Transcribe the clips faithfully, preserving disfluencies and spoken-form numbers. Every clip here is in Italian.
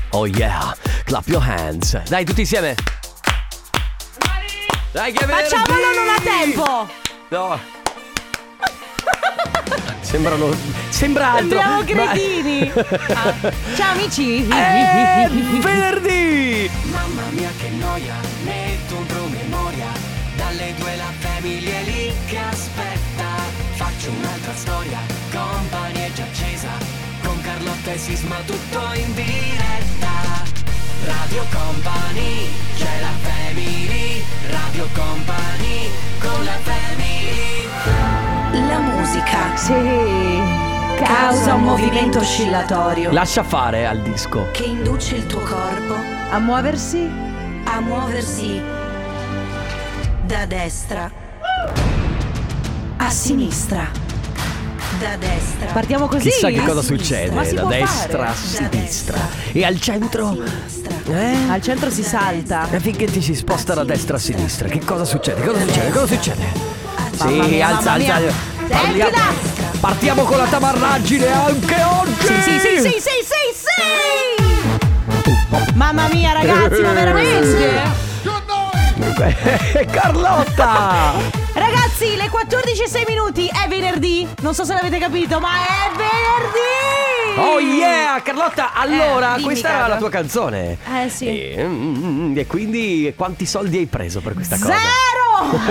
Oh yeah, clap your hands. Dai, tutti insieme. Dai, che venerdì. Facciamolo, non ha tempo. No. Sembrano. Sembra altro. Sembriamo cretini. Ma... ah. Ciao amici. È venerdì. Mamma mia che noia, metto un promemoria. Dalle due la famiglia è lì che aspetta. Faccio un'altra storia, Company è già accesa. Con Carlotta e Sisma tutto in diretta. Radio Company, c'è la family. Radio Company, con la family. La musica Sì. causa un movimento oscillatorio Lascia fare al disco. che induce il tuo corpo A muoversi. a muoversi da destra a sinistra, da destra Partiamo così. Chissà che cosa a sinistra. succede. Ma si Da può destra a fare? Da sinistra. destra. E al centro? sinistra. Eh? Al centro si salta. E finché ti si sposta da destra a sinistra, che cosa succede? Cosa succede? Cosa succede? Mamma Sì, mia, alza, mamma alza. mia. Parliamo, Sentila. partiamo con la tamarraggine anche oggi. Sì, sì, sì, sì, sì, sì, sì. Mamma mia, ragazzi, ma veramente? Carlotta! Ragazzi, le quattordici e sei minuti, è venerdì. Non so se l'avete capito, ma è venerdì. Oh yeah, Carlotta, allora, Eh, dimmi, questa era Carlo. la tua canzone. Eh, sì. E, mm, e quindi quanti soldi hai preso per questa cosa? Zero.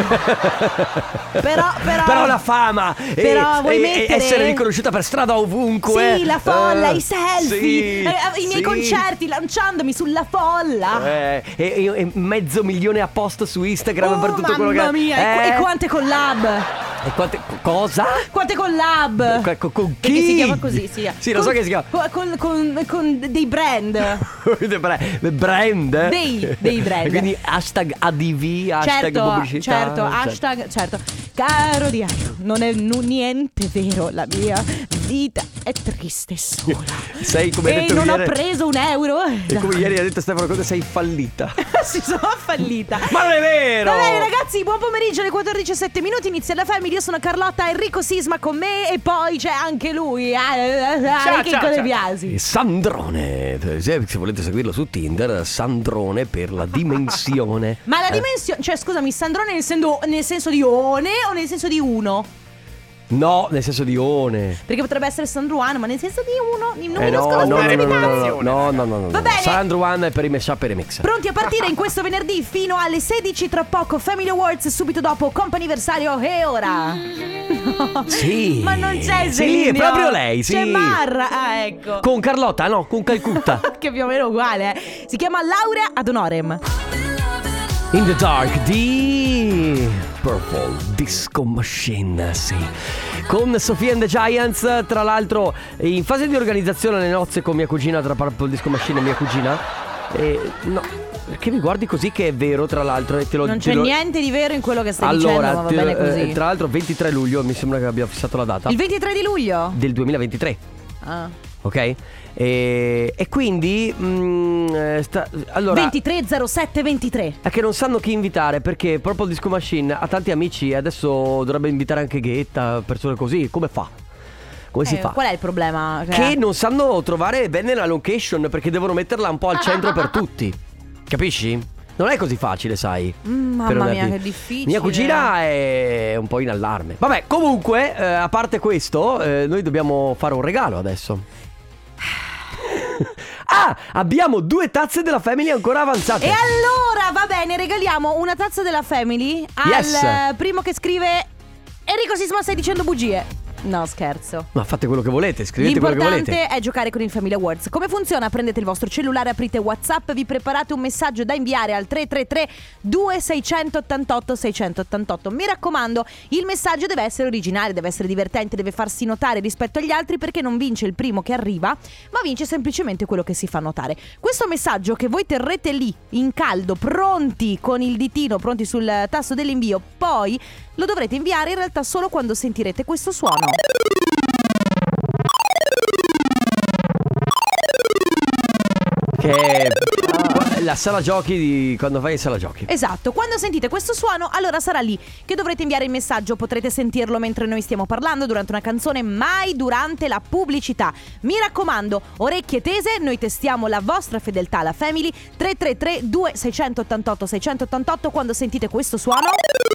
Però, però Però la fama Però e, vuoi e- mettere- e essere riconosciuta per strada ovunque. Sì, la folla, Eh, i selfie, sì, eh, i miei sì. concerti lanciandomi sulla folla. Eh, e, e- e mezzo milione a post su Instagram Oh, per tutto quello che mamma mia, e qu- eh. e quante collab? E quante cosa? Quante collab? Con, con- con chi? Perché si chiama così, sì. Sì, lo so Con- che si chiama. Con, con, con, con dei brand. The bra- the brand. Dei- dei brand. E quindi hashtag A D V, hashtag Certo, pubblicità. certo, hashtag, certo. Caro diario, non è nu- niente vero, la mia vita è triste e sola. Sei come hai E detto non ieri. ho preso un euro. E come ieri ha detto Stefano Conte, sei fallita. Si sono fallita. Ma non è vero! Va bene ragazzi, buon pomeriggio, alle quattordici e sette minuti inizia la Family. Io sono Carlotta, Enrico Sisma con me. E poi c'è anche lui, eh, Chicco De Biasi. E Sandrone, se se volete seguirlo su Tinder, Sandrone per la dimensione. Ma la Eh, dimensione, cioè scusami, Sandrone nel, sendo- nel senso di one o nel senso di uno? No, nel senso di one. Perché potrebbe essere Sandruano, ma nel senso di uno, non Eh no, conosco la no, no, no, no, specificità. no, no, no, no, no. Va bene. Sandro One è per i mashup e remix. Pronti a partire in questo venerdì fino alle sedici, tra poco Family Awards, subito dopo Comp'anniversario e ora. No. Sì. Ma non c'è Sì, Celine è proprio Dion. lei, sì. C'è Marra, ah ecco. Con Carlotta, no, con Calcutta. Che più o meno uguale, eh. Si chiama Laurea ad honorem. In the Dark di Purple Disco Machine, sì. Con Sofia and the Giants, tra l'altro in fase di organizzazione alle nozze con mia cugina, tra Purple Disco Machine e mia cugina. E no, perché mi guardi così che è vero, tra l'altro, e te lo Non te c'è lo- niente di vero in quello che stai allora, dicendo, ma va te- bene così. eh, tra l'altro ventitré luglio, mi sembra che abbia fissato la data Il ventitré di luglio? del duemilaventitré. Ah. Ok? E, e quindi mm, eh, sta, allora ventitré zero sette ventitré. è che non sanno chi invitare, perché Purple Disco Machine ha tanti amici e adesso dovrebbe invitare anche Ghetta, persone così. Come fa? Come si Eh, fa? Qual è il problema? Cioè- Che non sanno trovare bene la location, perché devono metterla un po' al centro per tutti. Capisci? Non è così facile, sai. Mm, mamma per un mia, arti- che difficile. Mia cugina è un po' in allarme. Vabbè, comunque, eh, a parte questo, eh, noi dobbiamo fare un regalo adesso. Ah, abbiamo due tazze della Family ancora avanzate. E allora, va bene, regaliamo una tazza della Family al Yes. eh, primo che scrive Enrico Sisma, stai dicendo bugie. No, scherzo. Ma fate quello che volete, scrivete quello che L'importante volete. è giocare con il Family Awards. Come funziona? Prendete il vostro cellulare, aprite WhatsApp, vi preparate un messaggio da inviare al tre tre tre due sei otto otto sei otto otto. Mi raccomando, il messaggio deve essere originale, deve essere divertente, deve farsi notare rispetto agli altri, perché non vince il primo che arriva, ma vince semplicemente quello che si fa notare. Questo messaggio che voi terrete lì in caldo, pronti con il ditino, pronti sul tasto dell'invio, poi lo dovrete inviare in realtà solo quando sentirete questo suono. Che Che la sala giochi di quando vai in sala giochi. Esatto, quando sentite questo suono, allora sarà lì che dovrete inviare il messaggio. Potrete sentirlo mentre noi stiamo parlando, durante una canzone, mai durante la pubblicità. Mi raccomando, orecchie tese, noi testiamo la vostra fedeltà alla Family. Tre tre tre due sei otto otto sei otto otto. Quando sentite questo suono,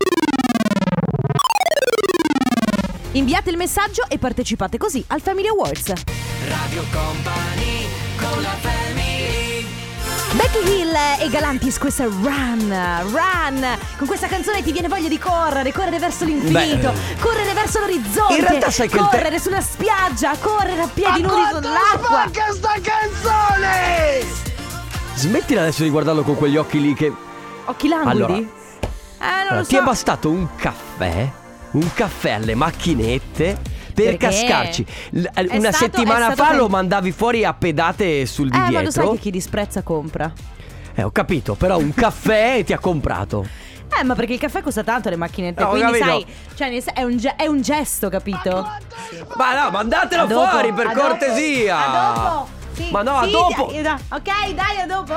inviate il messaggio e partecipate così al Family Awards. Radio Company con la Family. Becky Hill e Galantis, questa è Run, Run. Con questa canzone ti viene voglia di correre, correre verso l'infinito, Beh, correre verso l'orizzonte, in realtà sai che il te- correre sulla spiaggia, correre a piedi nudi sull'acqua. sta canzone! Smettila adesso di guardarlo con quegli occhi lì che... Occhi languidi? Allora, eh, non allora, lo so. ti è bastato un caffè, un caffè alle macchinette per Perché? cascarci. L- È Una stato- settimana è stato fa che- lo mandavi fuori a pedate sul di Eh, ma lo dietro. sai che chi disprezza compra. Eh, ho capito, però un caffè ti ha comprato. Eh, ma perché il caffè costa tanto alle macchinette, No, quindi capito. sai, cioè nel sen- è un, ge- è un gesto, capito? Ma no, mandatelo A dopo, fuori per a dopo, cortesia. A dopo. Sì, Ma no, a sì, dopo. dai, dai, ok, dai, a dopo.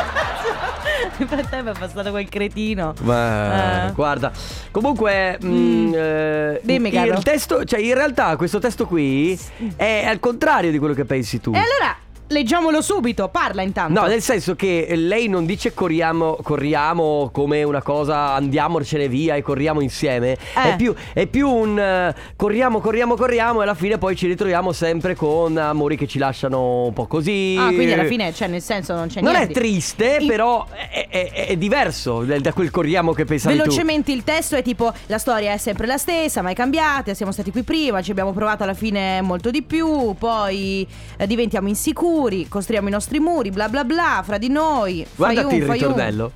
Nel frattempo è passato quel cretino. Ma Eh. guarda, comunque mm, eh, Dimmi, caro. il testo, cioè in realtà questo testo qui è al contrario di quello che pensi tu. E allora leggiamolo subito, parla intanto. No, nel senso che lei non dice corriamo, corriamo come una cosa, andiamocene via e corriamo insieme. Eh. È più, è più un eh, corriamo, corriamo, corriamo e alla fine poi ci ritroviamo sempre con amori che ci lasciano un po' così. Ah, quindi alla fine, cioè nel senso non c'è Non niente. è triste, In- però è, è- è diverso da da quel corriamo che pensavi tu. Velocemente il testo è tipo: la storia è sempre la stessa, mai cambiata, siamo stati qui prima, ci abbiamo provato alla fine molto di più, poi eh, diventiamo insicuri, costruiamo i nostri muri, bla bla bla, fra di noi. Fai Guardati un, il fai un. ritornello.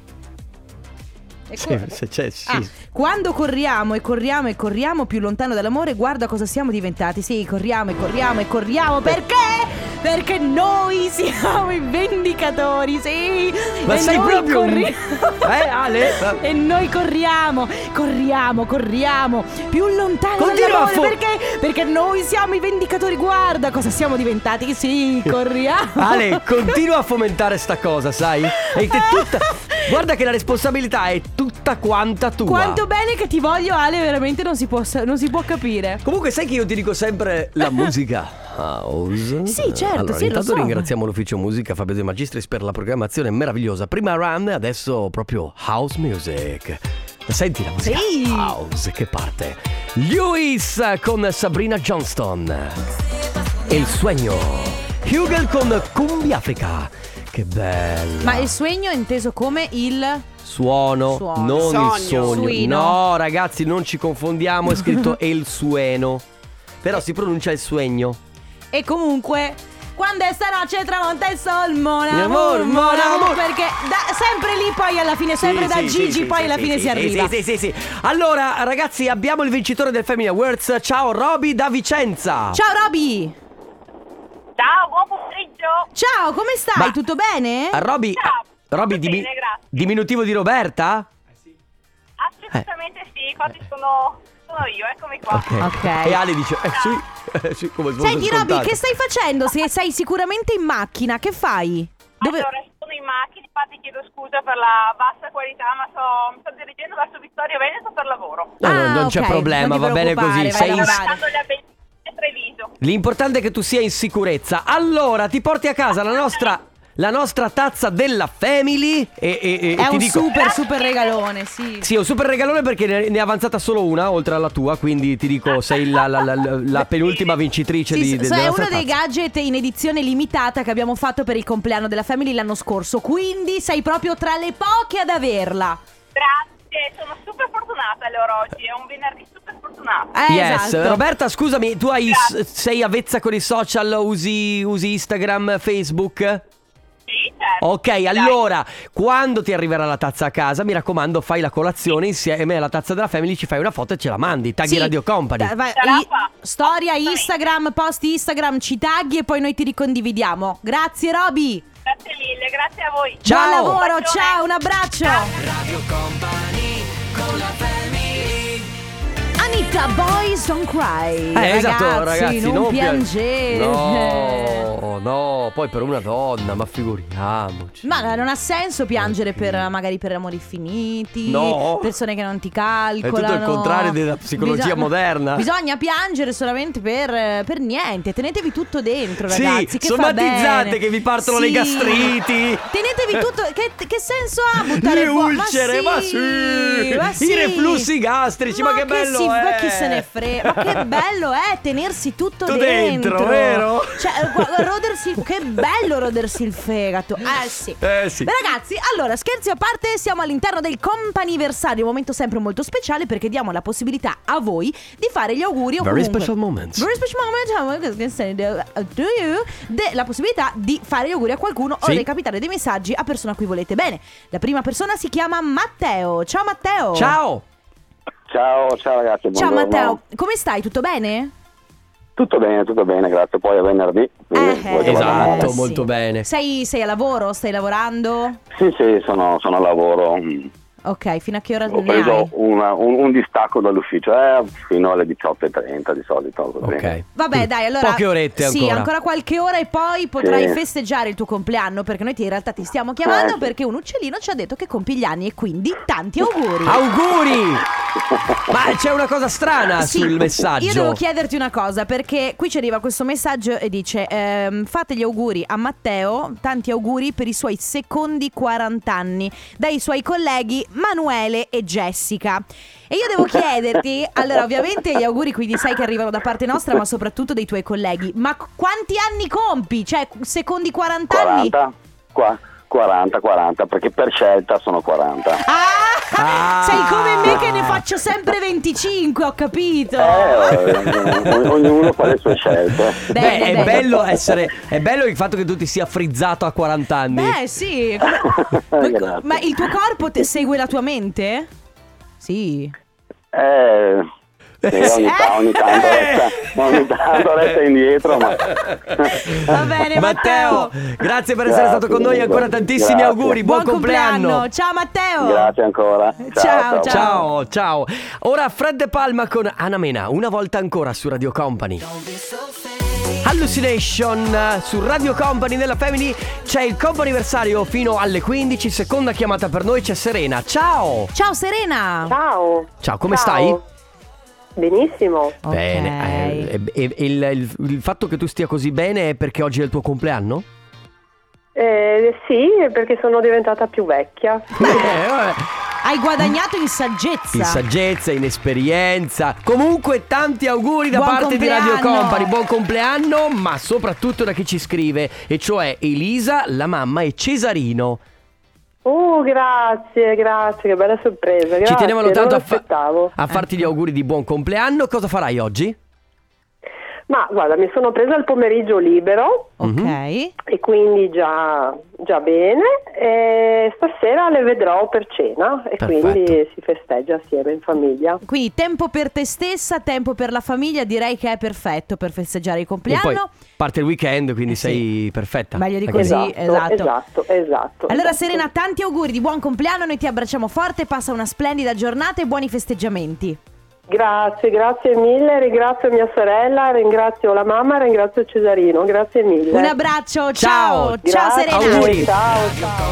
E Sì, co- se c'è, sì. Ah, quando corriamo e corriamo e corriamo più lontano dall'amore, guarda cosa siamo diventati. Sì, corriamo e corriamo e corriamo. Perché? Perché noi siamo i vendicatori, sì. Ma e sei noi proprio un- corri- Eh, Ale? E noi corriamo, corriamo, corriamo più lontano Continua dall'amore. a fo- Perché? Perché noi siamo i vendicatori. Guarda cosa siamo diventati. Sì, corriamo. Ale, continua a fomentare sta cosa, sai? E che tutta... Guarda che la responsabilità è tutta quanta tua. Quanto bene che ti voglio, Ale, veramente non si può, non si può capire. Comunque sai che io ti dico sempre la musica house. Sì, certo, Allora, sì, lo intanto so. ringraziamo l'ufficio musica Fabio De Magistris per la programmazione meravigliosa. Prima Run, adesso proprio house music. Senti la musica Sì. house che parte. Lewis con Sabrina Johnston. E il sueño. Hugel con Cumbia Africa. Che bello. Ma il sueño è inteso come il... Suono, Suono. non Sogno. il sogno. Suino. No, ragazzi, non ci confondiamo. È scritto el sueno. Però si pronuncia il sueño. E comunque... Quando è stanotte tramonta il sol, mon Mi amour, amor, mon mon amour. amour. Perché da- sempre lì poi alla fine, sempre Sì, da sì, Gigi, sì, poi sì, alla sì, fine sì, si sì, arriva. Sì, sì, sì, sì. Allora, ragazzi, abbiamo il vincitore del Family Awards. Ciao, Roby da Vicenza. Ciao Roby! Ciao, buon pomeriggio. Ciao, come stai? Ma- Tutto bene? Ah, Roby, Ciao. ah, Roby, Tutto dimi- bene, grazie. diminutivo di Roberta? Assolutamente sì, infatti sono, sono io, eccomi qua. Ok. Ok. E Ale dice, eh sì, eh sì, come se fosse Senti Roby, scontato. che stai facendo? Se sei sicuramente in macchina, che fai? Dove... Allora, sono in macchina, infatti chiedo scusa per la bassa qualità, ma sto, mi sto dirigendo verso Vittorio Veneto per lavoro. No, no, Ah, non c'è ok, problema, non ti va bene preoccupare, così. vai Sei a in- lavorare. Stando gli avvenimenti a Treviso. L'importante è che tu sia in sicurezza. Allora, ti porti a casa la nostra, la nostra tazza della Family. E, e- e- È e ti un dico, super super regalone, sì. sì, è un super regalone perché ne ne è avanzata solo una, oltre alla tua. Quindi ti dico, sei la, la- la- la- la penultima vincitrice Sì, di, sì, de- so, della è nostra uno dei tazza. gadget in edizione limitata che abbiamo fatto per il compleanno della Family l'anno scorso. Quindi sei proprio tra le poche ad averla. Grazie, sono super fortunata allora oggi, è un venerdì super fortunato. Eh, Yes, esatto. Roberta, scusami, tu hai, Grazie. sei avvezza con i social, usi, usi Instagram, Facebook? Sì, certo. Ok, Dai. allora, quando ti arriverà la tazza a casa, mi raccomando, fai la colazione insieme alla tazza della Family, ci fai una foto e ce la mandi, tagli Sì, Radio Company. da- vai- Sarà i- fatto. storia Assolutamente. Instagram, post Instagram, ci tagli e poi noi ti ricondividiamo. Grazie Roby. Grazie mille, grazie a voi. Ciao. Buon lavoro, Bacione. ciao, un abbraccio. Radio Company con la Family. Anita, Boys Don't Cry. Eh, esatto, ragazzi, non, non pia- piangete. No. No, no, poi per una donna, ma figuriamoci. Ma non ha senso piangere per magari per amori finiti, No. persone che non ti È calcolano. tutto il contrario della psicologia Bisogna- moderna. Bisogna piangere solamente per, per niente. Tenetevi tutto dentro, Sì, ragazzi. Che fa somatizzate bene. che vi partono le Sì. gastriti. Tenetevi tutto. Che, che senso ha buttare Le fuori? ulcere, ma sì, ma sì. i reflussi gastrici, ma, che bello si- è. Ma chi se ne frega? Ma che bello è tenersi tutto Tutto dentro, dentro, vero? Cioè, gu- rodersi, che bello rodersi il fegato. Eh sì. Eh sì. Beh, ragazzi, allora, scherzi a parte, siamo all'interno del comp'anniversario, un momento sempre molto speciale perché diamo la possibilità a voi di fare gli auguri o Very comunque special moments. Very special moment to you, de- la possibilità di fare gli auguri a qualcuno Sì. o recapitare dei messaggi a persone a cui volete bene. La prima persona si chiama Matteo. Ciao Matteo. Ciao. Ciao, ciao ragazzi, Ciao buongiorno. Matteo, come stai? Tutto bene? Tutto bene, tutto bene, grazie. Poi è venerdì. quindi Eh, vuoi che vada esatto. male? sì. molto bene. Sei, sei a lavoro? Stai lavorando? Sì, sì, sono, sono a lavoro. Ok, fino a che ora Ho ne preso hai? una- un, un distacco dall'ufficio eh, fino alle diciotto e trenta di solito. Così. Ok. Vabbè, dai, allora Poche orette Sì, ancora. ancora qualche ora e poi potrai Sì. festeggiare il tuo compleanno, perché noi ti- in realtà ti stiamo chiamando Eh, sì. perché un uccellino ci ha detto che compi gli anni e quindi tanti auguri. Auguri. Ma c'è una cosa strana Sì, sul messaggio. Io devo chiederti una cosa, perché qui ci arriva questo messaggio e dice ehm, fate gli auguri a Matteo, tanti auguri per i suoi secondi quaranta anni dai suoi colleghi Manuele e Jessica. E io devo chiederti, allora ovviamente gli auguri quindi sai che arrivano da parte nostra, ma soprattutto dei tuoi colleghi, ma quanti anni compi? Cioè secondi quaranta anni? quaranta, qua, quaranta, quaranta, perché per scelta sono quaranta. Ah, Ah. sei come me che ne faccio sempre venticinque, ho capito. Eh, eh, ognuno fa le sue scelte. Beh, Bene, è bene. bello essere. È bello il fatto che tu ti sia frizzato a quaranta anni. Beh, sì. Ma, Grazie. ma il tuo corpo te segue la tua mente? Sì. Eh, sì, ogni, ta- ogni tanto resta, ogni tanto resta indietro, ma Va bene, Matteo. Matteo, grazie per essere Grazie, stato con noi. Ancora tantissimi grazie. auguri. Buon, compleanno. Ciao Matteo. grazie ancora. Ciao, ciao. Ciao, ciao. Ora Fred De Palma con Anna Mena, una volta ancora su Radio Company. Hallucination eh, su Radio Company nella Family. C'è il comp'anniversario fino alle quindici. Seconda chiamata per noi, c'è Serena. Ciao. Ciao Serena. Ciao. Ciao, come Ciao. stai? Benissimo. Ok. Bene. Eh, e- e il, il- il fatto che tu stia così bene è perché oggi è il tuo compleanno? Eh, sì, perché sono diventata più vecchia. Eh, vabbè. Hai guadagnato in saggezza. In saggezza, in esperienza. Comunque tanti auguri da Buon parte di Radio compleanno. Company. Buon compleanno, ma soprattutto da chi ci scrive, e cioè Elisa, la mamma, e Cesarino. Oh, grazie, grazie, che bella sorpresa. Grazie, Ci tenevano tanto non a, fa- aspettavo. a farti gli auguri di buon compleanno. Cosa farai oggi? Ma guarda, mi sono presa il pomeriggio libero Ok. e quindi già, già bene. E stasera le vedrò per cena e Perfetto. quindi si festeggia assieme in famiglia. Quindi tempo per te stessa, tempo per la famiglia, direi che è perfetto per festeggiare il E compleanno. poi parte il weekend, quindi Eh sì. sei perfetta. Meglio di Hai così. capito? Esatto, esatto. esatto, esatto. Allora esatto. Serena, tanti auguri di buon compleanno, noi ti abbracciamo forte, passa una splendida giornata e buoni festeggiamenti. Grazie, grazie mille, ringrazio mia sorella, ringrazio la mamma, ringrazio Cesarino, grazie mille. Un abbraccio, Ciao. ciao, ciao Grazie, Serena. Auguri. Ciao, ciao.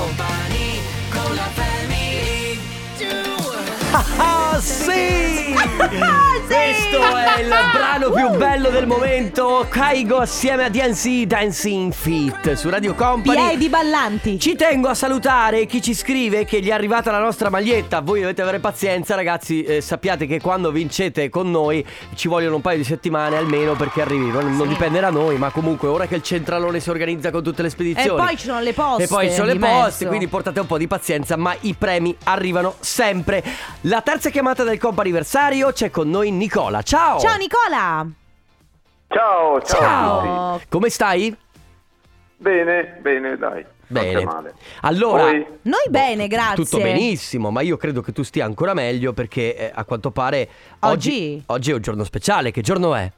Ah sì! Questo è il brano più bello del momento. Kaigo assieme a D N C, Dancing Feet su Radio Company. Piedi ballanti. Ci tengo a salutare chi ci scrive che gli è arrivata la nostra maglietta. Voi dovete avere pazienza, ragazzi. eh, Sappiate che quando vincete con noi ci vogliono un paio di settimane almeno perché arrivi. Non, non dipende da noi, ma comunque ora che il centralone si organizza con tutte le E spedizioni poi ci sono le poste. e poi ci sono le di poste, mezzo. quindi portate un po' di pazienza, ma i premi arrivano sempre. La terza chiamata del comp'anniversario, c'è con noi Nicola. Ciao. Ciao Nicola. Ciao, ciao, a tutti. Ciao. Come stai? Bene, bene, dai. Bene. Non c'è male. Allora, Voi? Noi bene, grazie. tutto benissimo, ma io credo che tu stia ancora meglio perché eh, a quanto pare oggi, Oggi? oggi è un giorno speciale. Che giorno è?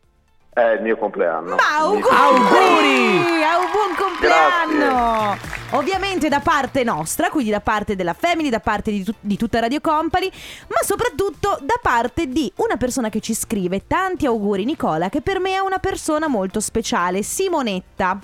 È il mio compleanno. Ma auguri! Auguri! A un buon compleanno! Ovviamente da parte nostra, quindi da parte della Family, da parte di, tu- di tutta Radio Company, ma soprattutto da parte di una persona che ci scrive: tanti auguri Nicola, che per me è una persona molto speciale, Simonetta.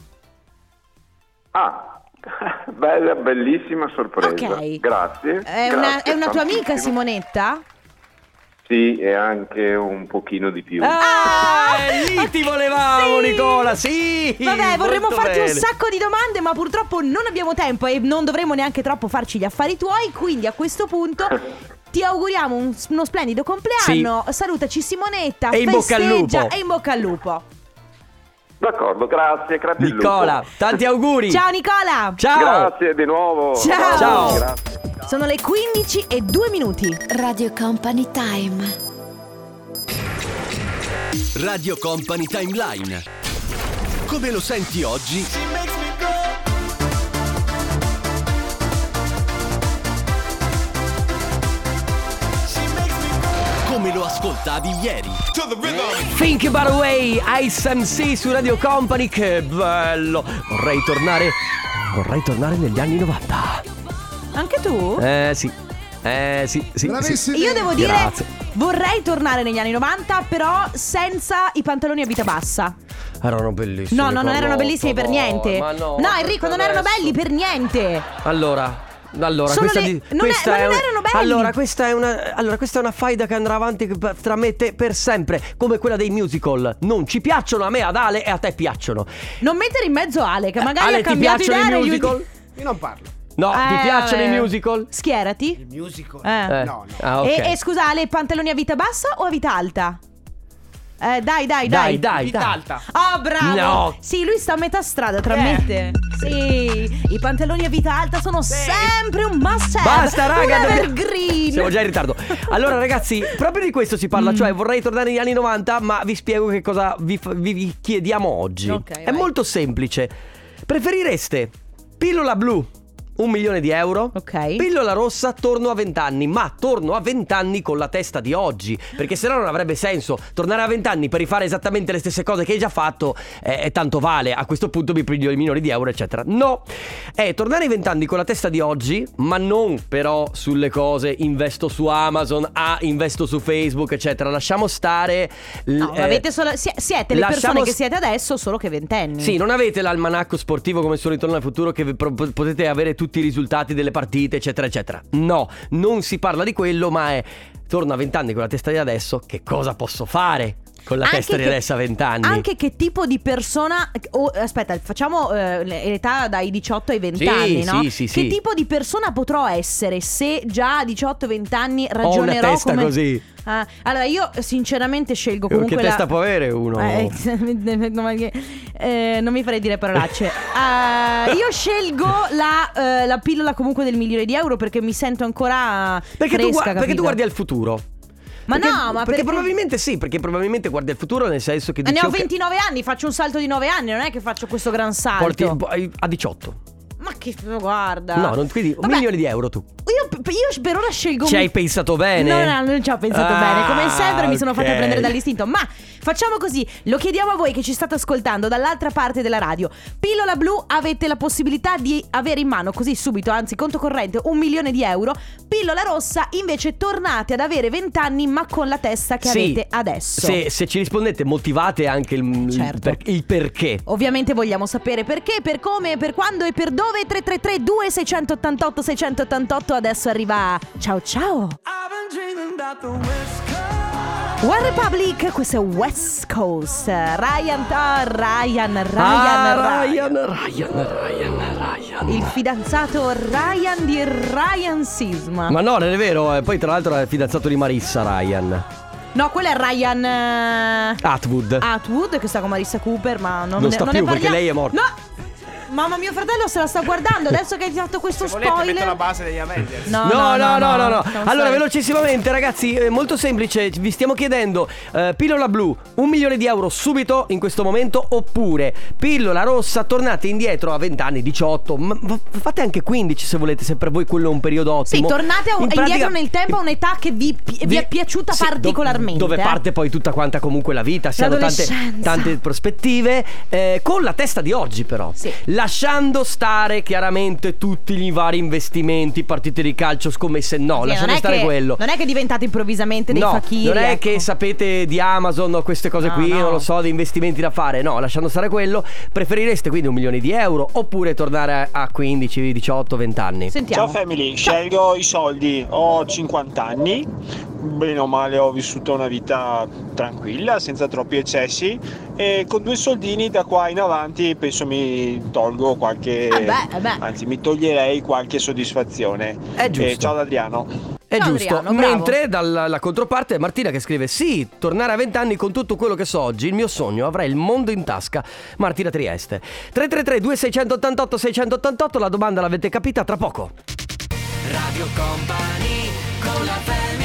Ah, bella, bellissima sorpresa. Ok. Grazie. È una, grazie, è una tua amica, tantissimo. Simonetta? Sì, e anche un pochino di più. Ah, lì ti volevamo, Sì. Nicola, sì. Vabbè, vorremmo molto farti bene. un sacco di domande, ma purtroppo non abbiamo tempo e non dovremo neanche troppo farci gli affari tuoi, quindi a questo punto ti auguriamo un- uno splendido compleanno. Salutaci Simonetta, E in bocca al festeggia lupo. e in bocca al lupo. D'accordo, grazie, grazie il lupo. Nicola, tanti auguri. Ciao Nicola. Ciao. Grazie di nuovo. Ciao. Ciao. Grazie. Sono le quindici e due minuti. Radio Company Time. Radio Company Timeline. Come lo senti oggi? Come lo ascoltavi ieri? Think About Away, Ice M C su Radio Company. Che bello. Vorrei tornare Vorrei tornare negli anni novanta. Anche tu? Eh sì. Eh sì, sì, sì. Io devo dire, Grazie. vorrei tornare negli anni novanta, però senza i pantaloni a vita bassa. Erano bellissimi. No, no, non Carlotta, erano bellissimi per no, niente. ma no, No, Enrico, non erano adesso. belli per niente. Allora Allora, Solo questa, le- di- non è- questa ma è non un- erano belli. Allora, questa è una Allora, questa è una faida che andrà avanti tra me e te per sempre, come quella dei musical. Non ci piacciono a me, ad Ale, e a te piacciono. Non mettere in mezzo Ale, che magari Ale, ha ti cambiato piacciono idea i negli musical? ultimi- Io non parlo. No, ti Eh, piacciono i vabbè. musical? Schierati. Il musical? Eh. Eh. No, no. Ah, ok. E, e scusa Ale, pantaloni a vita bassa o a vita alta? Eh, dai, dai, dai. Dai, dai, Vita dai. alta. Oh, bravo. No. Sì, lui sta a metà strada tra Eh. me e te. Sì, i pantaloni a vita alta sono sempre un must have. Basta, raga, un dobbiamo- evergreen. Siamo già in ritardo. Allora, ragazzi, proprio di questo si parla. Mm. Cioè, vorrei tornare negli anni novanta, ma vi spiego che cosa vi, fa- vi- vi chiediamo oggi. Ok, È vai. molto semplice. Preferireste pillola blu, un milione di euro? Ok. Pillola rossa, torno a vent'anni. Ma torno a vent'anni con la testa di oggi, perché sennò non avrebbe senso. Tornare a vent'anni per rifare esattamente le stesse cose che hai già fatto, eh, e tanto vale. A questo punto mi piglio i milioni di euro, eccetera. No, è tornare ai vent'anni con la testa di oggi, ma non però sulle cose investo su Amazon, ah, investo su Facebook, eccetera. Lasciamo stare l- No, eh, avete solo, si- siete le lasciamo persone che s- siete adesso, solo che ventenni. Sì, non avete l'almanacco sportivo come su Ritorno al Futuro, che vi pro- potete avere tutti i risultati delle partite, eccetera, eccetera. No, non si parla di quello, ma è torno a vent'anni con la testa di adesso, che cosa posso fare con la Anche testa di che- adesso a vent'anni? Anche che tipo di persona oh, aspetta, facciamo eh, l'età dai diciotto ai venti Sì, anni, no? sì, sì, Che sì. tipo di persona potrò essere se già a diciotto venti anni Ho una ragionerò testa come... così. Ah, allora io sinceramente scelgo comunque Che la... testa può avere uno? Eh, eh, non mi farei dire parolacce. Eh, io scelgo la, eh, la pillola comunque del milione di euro, perché mi sento ancora Perché, tu, fresca, gua- perché tu capito? guardi al futuro. Ma Perché- no, ma perché perché- probabilmente sì, perché probabilmente guardi al futuro, nel senso che Eh, dici ne ho ok, ventinove anni, faccio un salto di nove anni, non è che faccio questo gran salto. porti a diciotto. Ma che guarda. No, non, quindi un Vabbè, milione di euro tu. Io, io per ora scelgo Ci hai pensato bene? No, no, non ci ho pensato Ah, bene. Come sempre mi sono fatta ok. prendere dall'istinto. Ma facciamo così, lo chiediamo a voi che ci state ascoltando dall'altra parte della radio. Pillola blu, avete la possibilità di avere in mano così subito, anzi conto corrente, un milione di euro. Pillola rossa, invece tornate ad avere vent'anni ma con la testa che Sì, avete adesso. Se, se ci rispondete, motivate anche il, il Certo. per- il perché. Ovviamente vogliamo sapere perché, per come, per quando e per dove. Tre tre tre due sei otto otto sei otto otto. Adesso arriva Ciao ciao One Republic, questo è West Coast. Ryan, ah, Ryan, Ryan, Ah, Ryan. Ryan, Ryan, Ryan, Ryan. Il fidanzato Ryan di Ryan Sisma. Ma no, non è vero, eh. Poi tra l'altro è il fidanzato di Marissa, Ryan No, quello è Ryan eh, Atwood. Atwood, che sta con Marissa Cooper, ma non, Non ne, sta non più ne perché parliamo. lei è morta. No! Mamma, mio fratello se la sta guardando adesso che hai fatto questo Se volete metto spoiler. la base degli Avengers. No, No, no, no, no, no. non Allora, so. velocissimamente, ragazzi, è molto semplice. Vi stiamo chiedendo eh, pillola blu, un milione di euro subito in questo momento, oppure pillola rossa, tornate indietro a vent'anni, diciotto, ma ma fate anche quindici se volete, se per voi quello è un periodo Sì, ottimo. tornate a un- In pratica- indietro nel tempo a un'età che vi, vi Vi- è piaciuta sì, do- particolarmente. Dove eh. parte poi tutta quanta comunque la vita. Si hanno tante, L'adolescenza. tante prospettive, eh, con la testa di oggi però. Sì. lasciando stare chiaramente tutti gli vari investimenti, partite di calcio, scommesse, no, Sì, lasciate non è stare che- quello. Non è che diventate improvvisamente dei No, fakiri. non è ecco. che sapete di Amazon o queste cose No, qui, no. non lo so, di investimenti da fare. No, lasciando stare quello, preferireste quindi un milione di euro oppure tornare a quindici, diciotto, venti anni? Sentiamo. Ciao family, scelgo i soldi, ho cinquanta anni, bene o male ho vissuto una vita tranquilla, senza troppi eccessi e con due soldini da qua in avanti penso mi tolgo qualche, Eh beh, eh beh. anzi mi toglierei qualche soddisfazione. È giusto. Eh, ciao da Adriano. È Ciao, giusto, Adriano, bravo. mentre dalla controparte è Martina che scrive: sì, tornare a venti anni con tutto quello che so oggi, il mio sogno, avrei il mondo in tasca. Martina Trieste. Tre tre tre due sei otto otto sei otto otto, la domanda l'avete capita, tra poco. Radio Company con la family.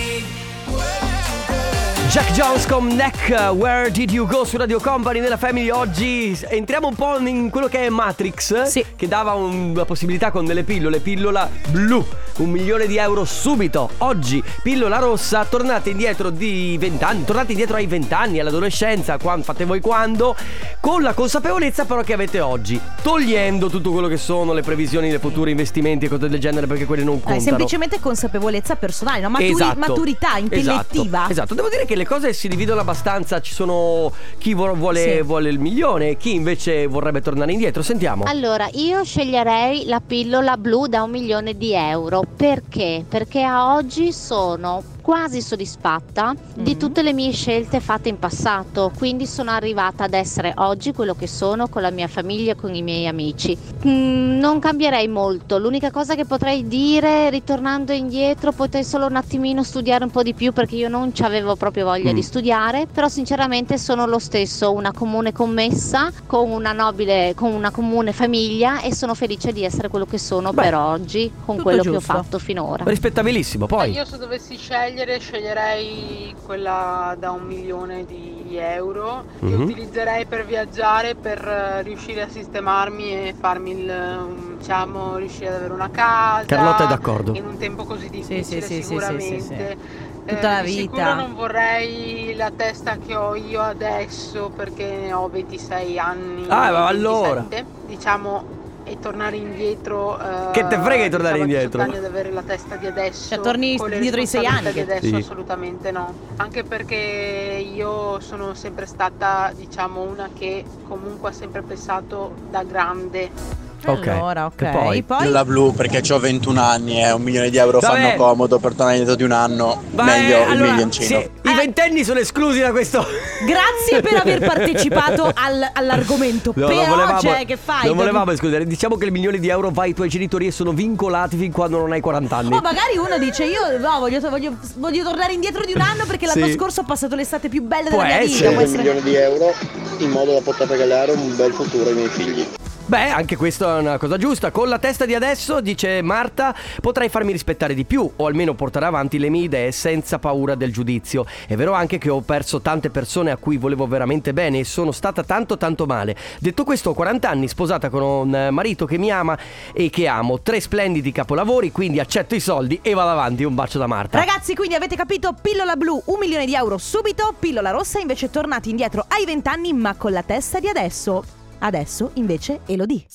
Jack Jones con Neck, Where Did You Go su Radio Company nella Family. Oggi entriamo un po' in quello che è Matrix, Sì. che dava una possibilità con delle pillole. Pillola blu, un milione di euro subito. Oggi pillola rossa, tornate indietro di vent'anni, tornate indietro ai vent'anni, all'adolescenza, quando, fate voi quando, con la consapevolezza però che avete oggi, togliendo tutto quello che sono le previsioni dei futuri investimenti e cose del genere, perché quelle non Eh, contano. semplicemente consapevolezza personale, no? Maturi- Esatto. maturità intellettiva. Esatto, esatto. Devo dire che le cose si dividono abbastanza. Ci sono chi vu- vuole, Sì. vuole il milione e chi invece vorrebbe tornare indietro. Sentiamo. Allora, io sceglierei la pillola blu da un milione di euro. Perché? Perché a oggi sono quasi soddisfatta di tutte le mie scelte fatte in passato, quindi sono arrivata ad essere oggi quello che sono con la mia famiglia e con i miei amici. Mm, non cambierei molto, l'unica cosa che potrei dire ritornando indietro, potrei solo un attimino studiare un po' di più perché io non ci avevo proprio voglia Mm. di studiare, però sinceramente sono lo stesso una comune commessa con una nobile, con una comune famiglia e sono felice di essere quello che sono Beh, per oggi con tutto quello che giusto. ho fatto finora. Rispettabilissimo. Poi Io se dovessi scegliere sceglierei quella da un milione di euro che Mhm. utilizzerei per viaggiare, per eh, riuscire a sistemarmi e farmi il, um, diciamo, riuscire ad avere una casa. Carlotta è d'accordo. In un tempo così difficile sì, sì, sì, sicuramente. sì, sì, sì. Eh, Tutta la di vita. sicuro non vorrei la testa che ho io adesso perché ne ho ventisei anni. Ah, ma allora. ventisette, diciamo, e tornare indietro. eh, Che te frega di tornare diciamo, indietro? a diciotto anni ad avere la testa di adesso. Cioè, torni con le indietro di sei responsabilità anni, di adesso Sì. assolutamente no. Anche perché io sono sempre stata, diciamo, una che comunque ha sempre pensato da grande. Ok. Allora, ok. E poi? Poi? La blu perché ho ventuno anni e un milione di euro Vabbè. fanno comodo per tornare indietro di un anno, Beh, meglio il allora, milioncino. sì, i ventenni sono esclusi da questo. Grazie per aver partecipato al- all'argomento. No, Però, non volevamo, cioè, che fai? non volevamo escludere. Diciamo che il milione di euro va ai tuoi genitori e sono vincolati fin quando non hai quaranta anni. O magari uno dice: io no, voglio, voglio, voglio tornare indietro di un anno perché l'anno Sì. scorso ho passato l'estate più bella Può della mia essere. vita. Può essere- di euro in modo da poter regalare un bel futuro ai miei figli. Beh, anche questa è una cosa giusta. Con la testa di adesso, dice Marta, potrei farmi rispettare di più o almeno portare avanti le mie idee senza paura del giudizio. È vero anche che ho perso tante persone a cui volevo veramente bene e sono stata tanto tanto male. Detto questo, ho quaranta anni, sposata con un marito che mi ama e che amo. Tre splendidi capolavori, quindi accetto i soldi e vado avanti. Un bacio da Marta. Ragazzi, quindi avete capito? Pillola blu, un milione di euro subito. Pillola rossa invece tornati indietro ai vent'anni ma con la testa di adesso. Adesso invece Elodie.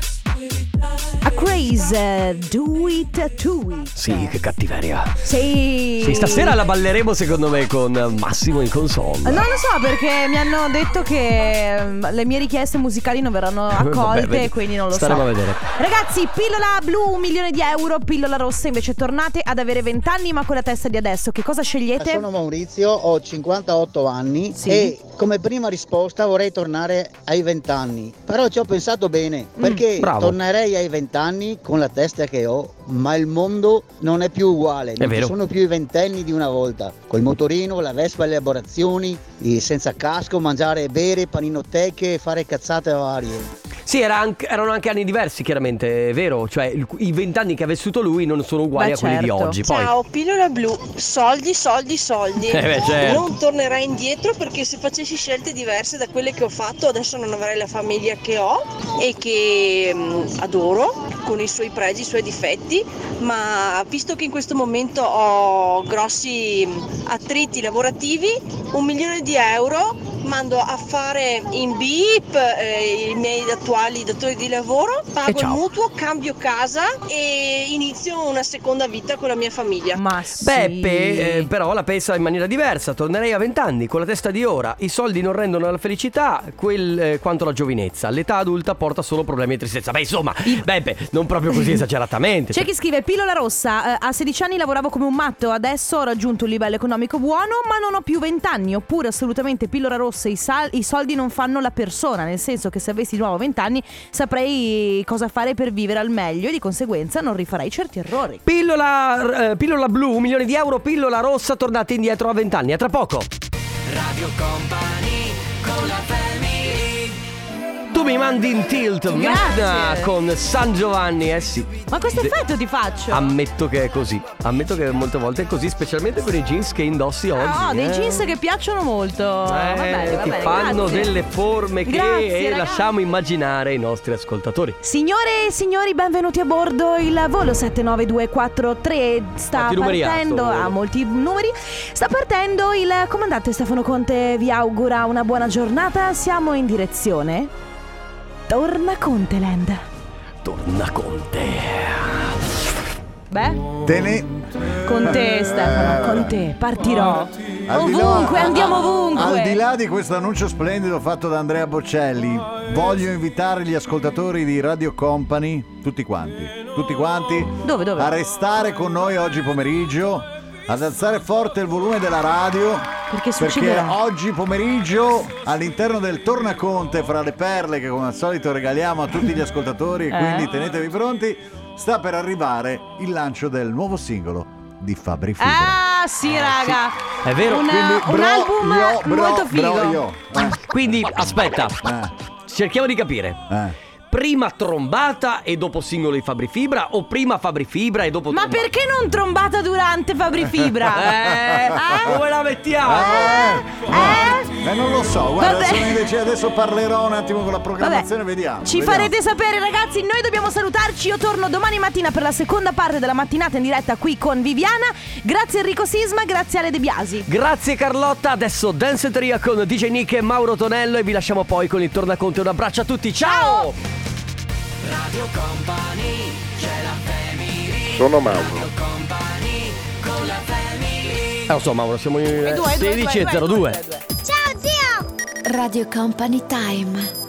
A craze, do it to it. Sì, che cattiveria. Sì. Sì, stasera la balleremo secondo me con Massimo in console. Non lo so perché mi hanno detto che mm, le mie richieste musicali non verranno accolte. Vabbè, vedi. E quindi non lo Staremo so. a vedere. Ragazzi, pillola blu un milione di euro, pillola rossa invece tornate ad avere vent'anni ma con la testa di adesso. Che cosa scegliete? Sono Maurizio, ho cinquantotto anni Sì. e come prima risposta vorrei tornare ai vent'anni. Però ci ho pensato bene, perché bravo. tornerei ai vent'anni con la testa che ho, ma il mondo non è più uguale. Non vero. ci sono più i ventenni di una volta. Col motorino, la Vespa, le elaborazioni, i senza casco, mangiare e bere, paninoteche e fare cazzate varie. Sì, era anche- erano anche anni diversi, chiaramente, è vero. Cioè, il- i vent'anni che ha vissuto lui non sono uguali Beh, a quelli di certo. oggi. Poi, Ciao, pillola blu, soldi, soldi, soldi. Eh beh, certo. Non tornerai indietro perché se facessi scelte diverse da quelle che ho fatto adesso non avrei la famiglia che ho e che mh, adoro, con i suoi pregi, i suoi difetti, ma visto che in questo momento ho grossi mh, attriti lavorativi, un milione di euro mando a fare in B I P eh, i miei attuali datori di lavoro, pago il mutuo, cambio casa e inizio una seconda vita con la mia famiglia. Ma sì. Beppe eh, però la pensa in maniera diversa. Tornerei a vent'anni con la testa di ora. I soldi non rendono la felicità quel, eh, quanto la giovinezza. L'età adulta porta solo problemi e tristezza. Beh insomma, Beppe, non proprio così esageratamente. C'è chi scrive: pillola rossa, eh, a sedici anni lavoravo come un matto, adesso ho raggiunto un livello economico buono ma non ho più vent'anni. Oppure assolutamente pillola rossa, i, sal- i soldi non fanno la persona, nel senso che se avessi di nuovo vent'anni saprei cosa fare per vivere al meglio e di conseguenza non rifarei certi errori. Pillola, eh, pillola blu, un milione di euro. Pillola rossa, tornate indietro a vent'anni. A tra poco. Radio Company con la family. Tu mi mandi in tilt. Grazie. Magna con San Giovanni. Eh sì. Ma questo De- effetto ti faccio? Ammetto che è così. Ammetto che molte volte è così, specialmente per i jeans che indossi oggi. Ah, oh, dei eh. jeans che piacciono molto. Eh, va bene, va ti bene, fanno grazie. delle forme che Grazie, eh, ragazzi. lasciamo immaginare ai nostri ascoltatori. Signore e signori, benvenuti a bordo. Il volo sette nove due quattro tre sta Quanti numeri ha partendo. sto volo? Ha molti numeri. Sta partendo. Il comandante Stefano Conte vi augura una buona giornata. Siamo in direzione Tornaconteland. Tornaconte. Beh, Te ne... con te Stefano, con te partirò. Al di là- Ovunque, andiamo ovunque. Al di là di questo annuncio splendido fatto da Andrea Bocelli, voglio invitare gli ascoltatori di Radio Company, tutti quanti, tutti quanti, Dove, dove? a restare con noi oggi pomeriggio, ad alzare forte il volume della radio, Perché succederà? oggi pomeriggio all'interno del Tornaconte, fra le perle che come al solito regaliamo a tutti gli ascoltatori, e Eh? quindi tenetevi pronti, sta per arrivare il lancio del nuovo singolo di Fabri Fibra. Ah, sì, raga. È vero. Un, Quindi, un bro, album io, bro, molto figo. bro, io. Eh, Quindi aspetta, eh, cerchiamo di capire. eh. Prima trombata e dopo singolo di Fabri Fibra, o prima Fabri Fibra e dopo Ma trombata? perché non trombata durante Fabri Fibra? Eh, come la mettiamo? Eh? Eh, non lo so, guarda, Vabbè. sono invece adesso parlerò un attimo con la programmazione, Vabbè. vediamo. Ci vediamo. farete sapere, ragazzi. Noi dobbiamo salutarci. Io torno domani mattina per la seconda parte della mattinata in diretta qui con Viviana. Grazie Enrico Sisma, grazie Ale De Biasi. Grazie Carlotta, adesso Danceteria con D J Nick e Mauro Tonello e vi lasciamo poi con il Tornaconte. Un abbraccio a tutti, ciao! Radio Company, c'è la family. Sono Mauro. Radio Company con la family. Eh lo so Mauro, siamo in E due, e due, sedici e due, zero due. due, due, due. Radio Company Time.